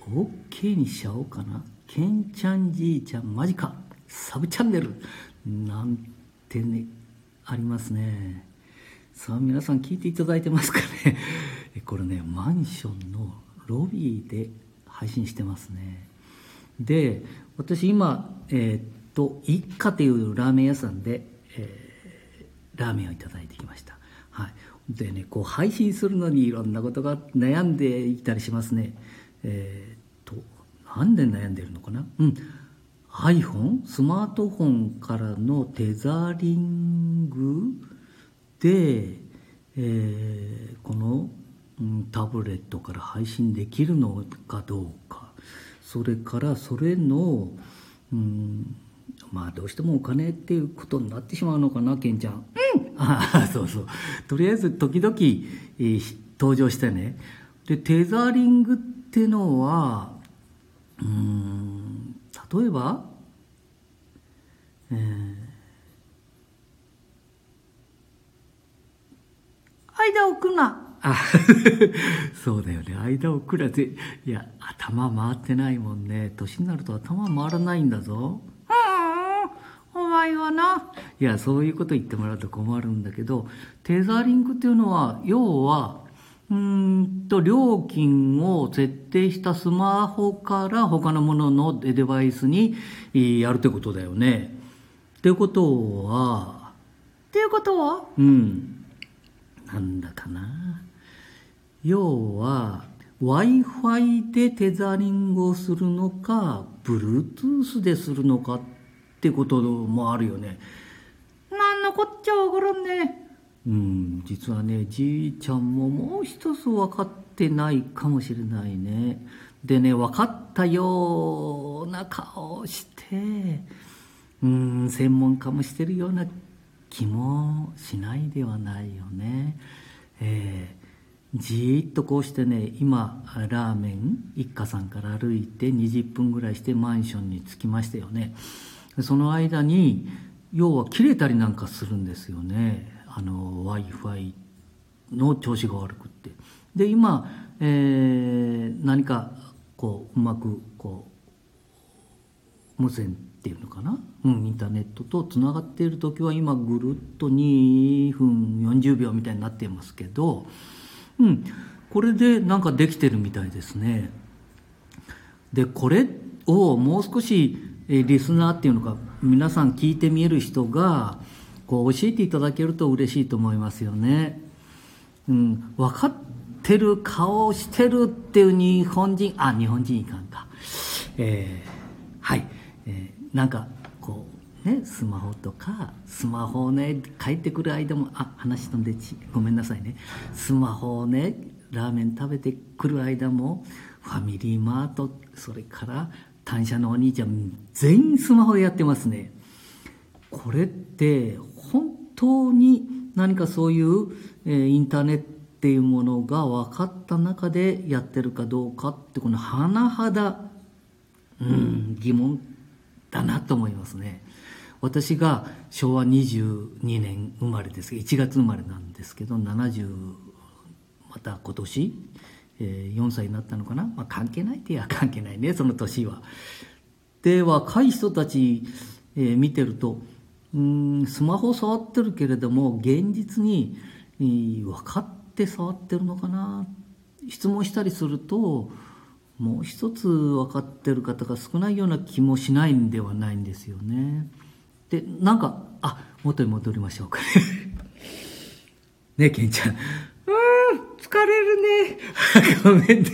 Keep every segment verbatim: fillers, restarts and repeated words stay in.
OK にしちゃおうかな。ケンちゃんじいちゃんマジかサブチャンネルなんてねありますね。さあ皆さん聞いていただいてますかね。これねマンションのロビーで配信してますね。で私今えー、っと一家というラーメン屋さんで、えー、ラーメンをいただいてきました。はい。でねこう配信するのにいろんなことが悩んでいたりしますね。えー、っとなんで悩んでるのかな。うん。iPhone スマートフォンからのテザリングで、えー、この、うん、タブレットから配信できるのかどうか、それからそれの、うん、まあどうしてもお金っていうことになってしまうのかな、ケンちゃん。うん、ああそうそう。とりあえず時々、えー、登場してね。でテザリングっていうのは、うーん例えば、えー、間を置くな。あそうだよね。間を置くなって。いや、頭回ってないもんね。年になると頭回らないんだぞ。うん、お前はな。いや、そういうこと言ってもらうと困るんだけど、テザリングっていうのは、要は、うーんと料金を設定したスマホから他のもののデバイスにやるってことだよね。ってことはっていうことはうんなんだかな。要は Wi-Fi でテザリングをするのか Bluetooth でするのかってこともあるよね。なんのこっちゃわからんね。うん、実はねじいちゃんももう一つ分かってないかもしれないね。でね分かったような顔をしてうん専門家もしてるような気もしないではないよね。えー、じーっとこうしてね今ラーメン一家さんから歩いてにじゅっぷんぐらいしてマンションに着きましたよね。その間に要は切れたりなんかするんですよね。あの Wi-Fi の調子が悪くって。で今、えー、何かこううまくこう無線っていうのかな、うん、インターネットとつながっている時は今ぐるっとにふんよんじゅうびょうみたいになっていますけど、うん、これでなんかできてるみたいですね。でこれをもう少しえリスナーっていうのか皆さん聞いてみえる人がこう教えていただけると嬉しいと思いますよね。うん、分かってる顔をしてるっていう日本人あ日本人いかんか、えー、はい、えー、なんかこうねスマホとかスマホをね帰ってくる間もあ話飛んでちごめんなさいね。スマホをねラーメン食べてくる間もファミリーマートそれから単車のお兄ちゃん全員スマホでやってますね。これって本当に何かそういう、えー、インターネットっていうものが分かった中でやってるかどうかってこの甚だ、うん、疑問だなと思いますね。私がしょうわにじゅうにねん生まれですいちがつ生まれなんですけどななじゅうまた今年、えー、よんさいになったのかな、まあ、関係ないって言えば関係ないねその年は。で若い人たち、えー、見てるとうんスマホ触ってるけれども現実に、えー、分かって触ってるのかな。質問したりするともう一つ分かってる方が少ないような気もしないんではないんですよね。でなんかあ元に戻りましょうかねえケンちゃん。うん疲れるねごめんね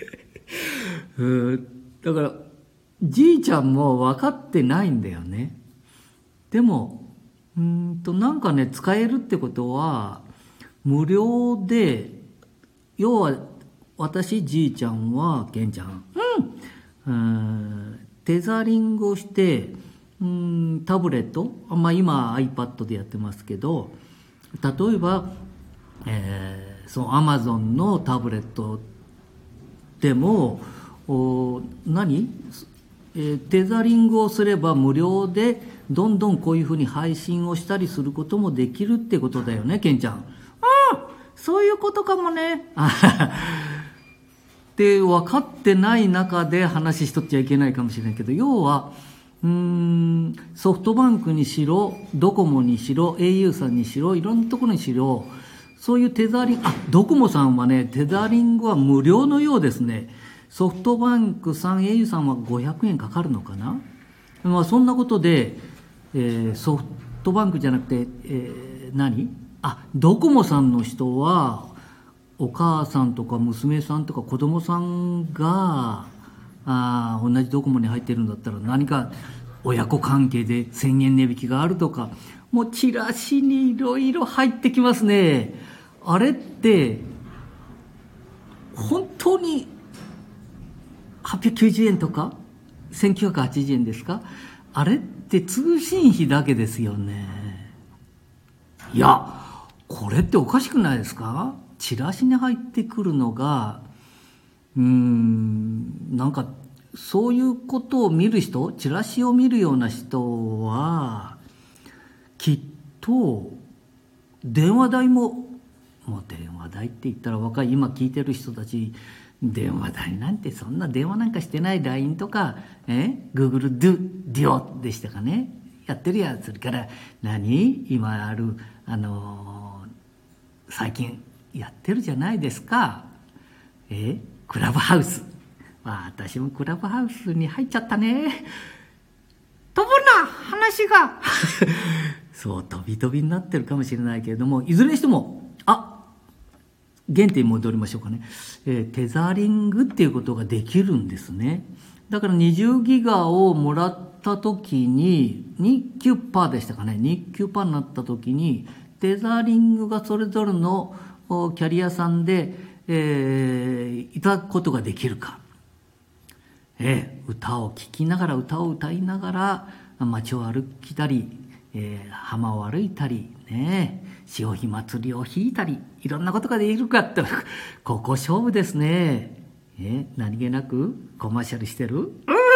うんだからじいちゃんも分かってないんだよね。でもうーんとなんかね使えるってことは無料で要は私じいちゃんはケンちゃん、うん、うんテザリングをしてうんタブレット、まあ、今 iPad でやってますけど例えば、えー、その Amazon のタブレットでもお何、えー、テザリングをすれば無料でどんどんこういうふうに配信をしたりすることもできるってことだよねケンちゃん。ああそういうことかもねで分かってない中で話しとっちゃいけないかもしれないけど、要はうーんソフトバンクにしろドコモにしろ au さんにしろいろんなところにしろ、そういうテザーリング、あドコモさんはねテザーリングは無料のようですね。ソフトバンクさん au さんはごひゃくえんかかるのかな。まあそんなことで、えー、ソフトバンクじゃなくて、えー、何あドコモさんの人はお母さんとか娘さんとか子供さんがあ同じドコモに入ってるんだったら何か親子関係でせんえん値引きがあるとか、もうチラシにいろいろ入ってきますね。あれって本当にはっぴゃくきゅうじゅうえんとかせんきゅうひゃくはちじゅうえんですか。あれって通信費だけですよね。いやこれっておかしくないですか。チラシに入ってくるのがうーんなんかそういうことを見る人、チラシを見るような人はきっと電話代ももう電話代って言ったら若い今聞いてる人たち、電話代なんてそんな電話なんかしてない。 ライン とかえ Google デュデュオでしたかねやってるやつ。それから何今あるあのー、最近やってるじゃないですかえクラブハウス。まあ私もクラブハウスに入っちゃったね。飛ぶな話がそう飛び飛びになってるかもしれないけれども、いずれにしてもあ原点に戻りましょうかね、えー、テザーリングっていうことができるんですね。だからにじゅうギガをもらった時ににじゅうきゅうパーセントでしたかね、にじゅうきゅうパーセントになった時にテザーリングがそれぞれのキャリアさんで、えー、いただくことができるか、えー、歌を聴きながら歌を歌いながら街を歩きたり、えー、浜を歩いたりね、潮干祭りを引いたり、いろんなことができるかってここ勝負ですね。え何気なくコマーシャルしてる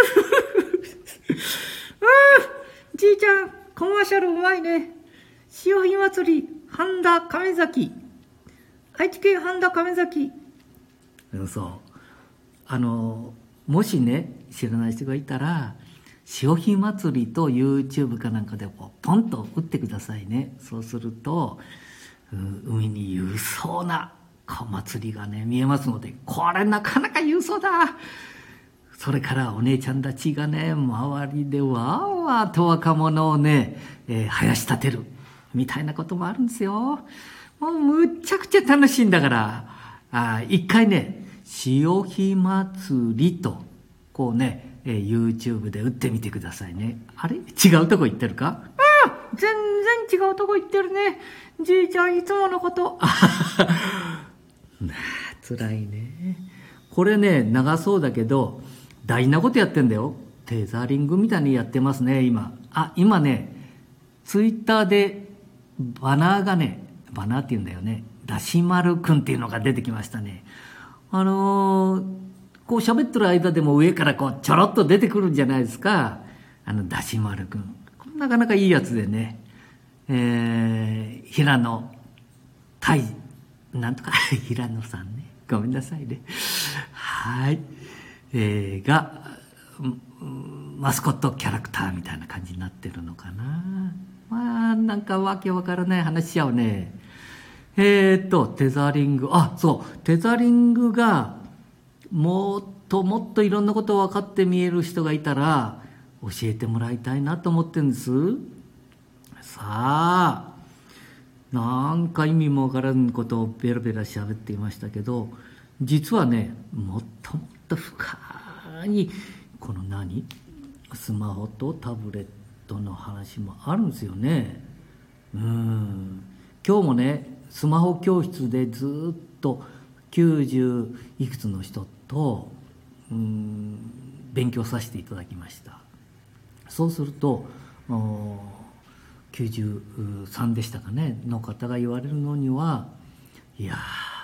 じいちゃんコマーシャルうまいね。潮干祭り半田亀崎、愛知県半田亀崎。そうあのもしね知らない人がいたら潮干祭りと YouTube かなんかでこうポンと打ってくださいね。そうすると海に勇壮な小祭りがね見えますので、これなかなか勇壮だ。それからお姉ちゃんたちがね周りでわーわーと若者をね、えー、生やし立てるみたいなこともあるんですよ。もうむっちゃくちゃ楽しいんだから、あ一回ね潮干祭りとこうね、えー、YouTube で打ってみてくださいね。あれ違うとこ行ってるか。ああ全然違うとこ行ってるね。じいちゃんいつものことなあ辛いね。これね長そうだけど大事なことやってんだよ。テザーリングみたいにやってますね今。あ今ねツイッターでバナーがねバナーって言うんだよね、だしまるくんっていうのが出てきましたね。あのー、こう喋ってる間でも上からこうちょろっと出てくるんじゃないですか、あのだしまるくん。なかなかいいやつでね、えー、平野大なんとか平野さんね、ごめんなさいねはい、えー、がマスコットキャラクターみたいな感じになってるのかな。まあなんかわけわからない話しちゃうね。えーっとテザーリング、あそうテザーリングがもっともっといろんなことを分かって見える人がいたら教えてもらいたいなと思ってるんです。さあなんか意味もわからんことをベラベラ喋っていましたけど、実はねもっともっと深いこの何スマホとタブレットの話もあるんですよね。うん今日もねスマホ教室でずっときゅうじゅういくつの人とうん勉強させていただきました。そうするときゅうじゅうさんでしたかねの方が言われるのには、いや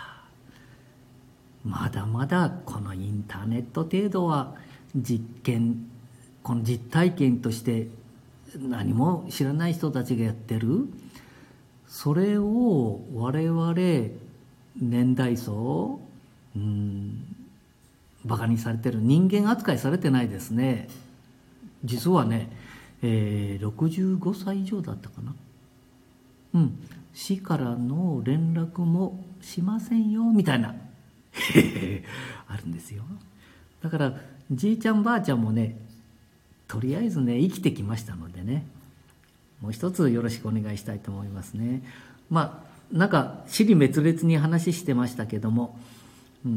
まだまだこのインターネット程度は実験この実体験として何も知らない人たちがやってる、それを我々年代層、うんバカにされてる、人間扱いされてないですね。実はね、えー、ろくじゅうごさい以上だったかな。うん、市からの連絡もしませんよみたいなあるんですよ。だからじいちゃんばあちゃんもね、とりあえずね生きてきましたのでね、もう一つよろしくお願いしたいと思いますね。まあなんか支離滅裂に話してましたけども、うん、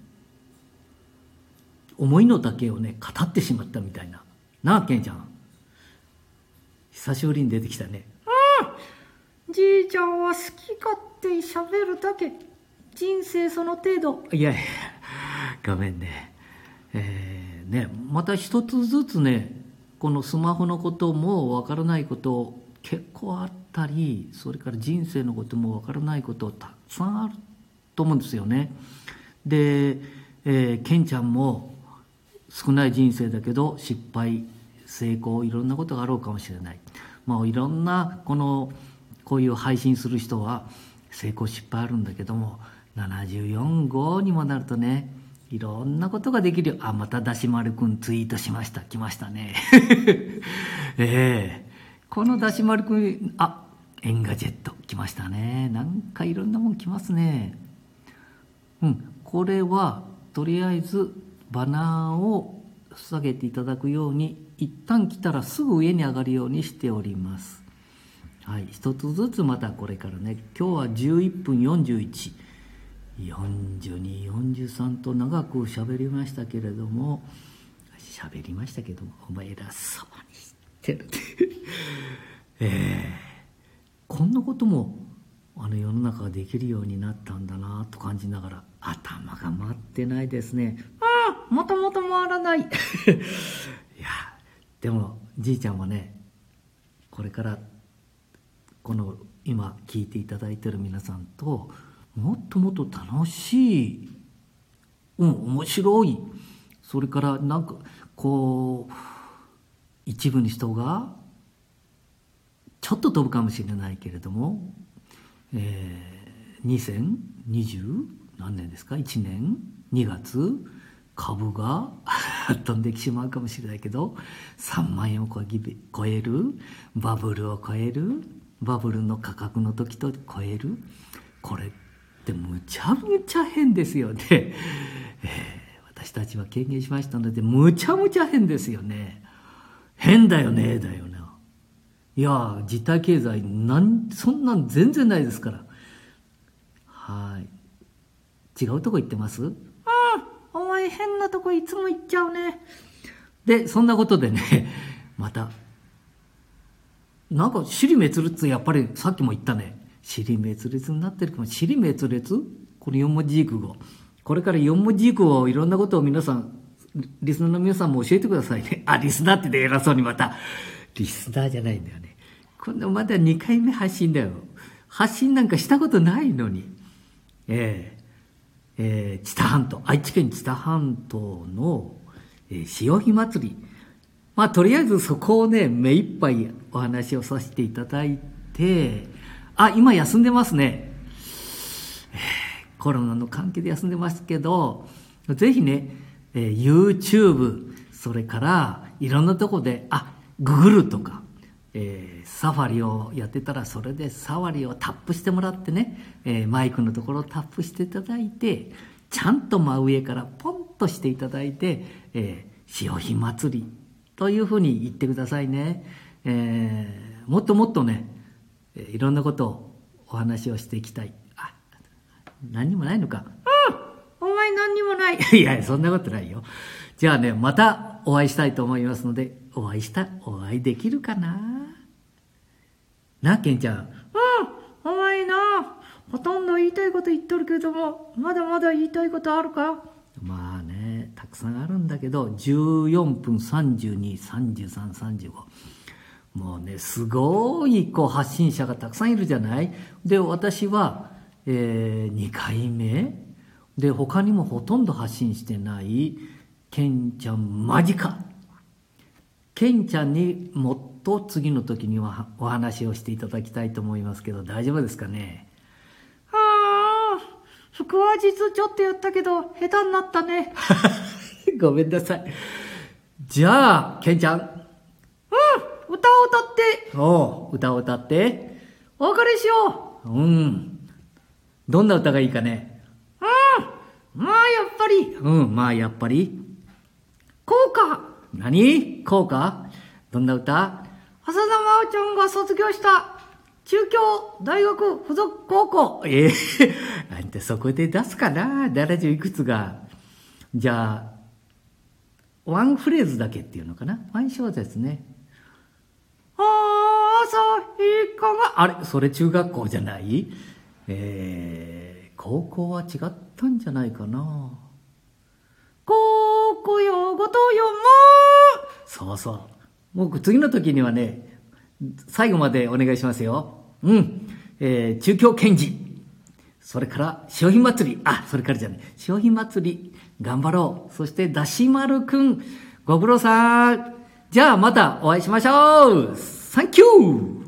思いの丈をね語ってしまったみたいな。なあケンちゃん、久しぶりに出てきたね。うん、じいちゃんは好き勝手喋るだけ、人生その程度。いやいや、ごめんね。えー、ねまた一つずつね、このスマホのこともわからないこと結構あったり、それから人生のこともわからないことたくさんあると思うんですよね。で、えー、ケンちゃんも少ない人生だけど失敗成功いろんなことがあろうかもしれない。まあいろんなこのこういう配信する人は成功失敗あるんだけども、ななじゅうよん号にもなるとね、いろんなことができるよ。あ、まただしまるくんツイートしました。来ましたね。ええー、このだしまるくん、あ、エンガジェット来ましたね。なんかいろんなもん来ますね。うん、これはとりあえずバナーを下げていただくように、一旦来たらすぐ上に上がるようにしております。はい、一つずつまたこれからね、今日はじゅういっぷんよんじゅういち、よんじゅうに、よんじゅうさんと長く喋りましたけれども、喋りましたけども、お前偉そうにしてるって、えー、こんなこともあの世の中ができるようになったんだなと感じながら、頭が回ってないですね。ああ、もともと回らない。いや、でもじいちゃんはね、これからこの今聞いていただいてる皆さんともっともっと楽しい、うん、面白い、それからなんかこう一部の人がちょっと飛ぶかもしれないけれども、えー、にせんにじゅう何年ですか、いちねんにがつ株が飛んできてしまうかもしれないけど、さんまんえんを超える、バブルを超える、バブルの価格の時と超える、これってむちゃむちゃ変ですよね、えー、私たちは経験しましたので、むちゃむちゃ変ですよね。変だよねだよね。いや実体経済なんそんなん全然ないですから。はい、違うとこ行ってます？うん、お前変なとこいつも行っちゃうね。でそんなことでね、またなんか支離滅裂、やっぱりさっきも言ったね、支離滅裂になってるかも。支離滅裂、このよん文字熟語、これからよん文字熟語をいろんなことを皆さん、リスナーの皆さんも教えてくださいね。あ、リスナーってで偉そうにまた、リスナーじゃないんだよね。今度まだにかいめ発信だよ。発信なんかしたことないのに。えー、えー、知多半島、愛知県知多半島の、えー、潮干祭り。まあとりあえずそこをね、目いっぱいお話をさせていただいて、あ、今休んでますね。えー、コロナの関係で休んでますけど、ぜひね、えー、YouTube、それからいろんなとこで、あ、ググるとか、えー、サファリをやってたら、それでサファリをタップしてもらってね、えー、マイクのところをタップしていただいて、ちゃんと真上からポンとしていただいて、えー、潮干祭りというふうに言ってくださいね。えー、もっともっとね、いろんなことをお話をしていきたい。あ、何にもないのか。うん、お前何にもない。いや、そんなことないよ。じゃあね、またお会いしたいと思いますので、お会いした、お会いできるかなな、ケンちゃん。うん、お前な、ほとんど言いたいこと言っとるけども、まだまだ言いたいことあるか？まあね、たくさんあるんだけど、じゅうよんぷんさんじゅうに、さんじゅうさん、さんじゅうご。もうね、すごいこう発信者がたくさんいるじゃない。で、私は、えー、にかいめで、他にもほとんど発信してない、ケンちゃんマジか。ケンちゃんにもっと次の時にはお話をしていただきたいと思いますけど、大丈夫ですかね。はあ、 腹話術ちょっとやったけど、下手になったね。ごめんなさい。じゃあ、ケンちゃん。うん、歌を歌って。おう、歌を歌って。お別れしよう。うん。どんな歌がいいかね。うん、まあやっぱり。うん、まあやっぱり。校歌。何校歌？どんな歌？浅田真央ちゃんが卒業した中京大学附属高校。ええー、あんたそこで出すかな、ななじゅういくつが。じゃあ、ワンフレーズだけっていうのかな、ワン小節ね。朝日かが、あれそれ中学校じゃない？えー、高校は違ったんじゃないかな。高校用語と読む。そうそう。僕次の時にはね、最後までお願いしますよ。うん。えー、中京検事。それから商品祭り。あ、それからじゃない。商品祭り。頑張ろう。そしてだし丸くん。ご苦労さん。じゃあまたお会いしましょう。サンキュー。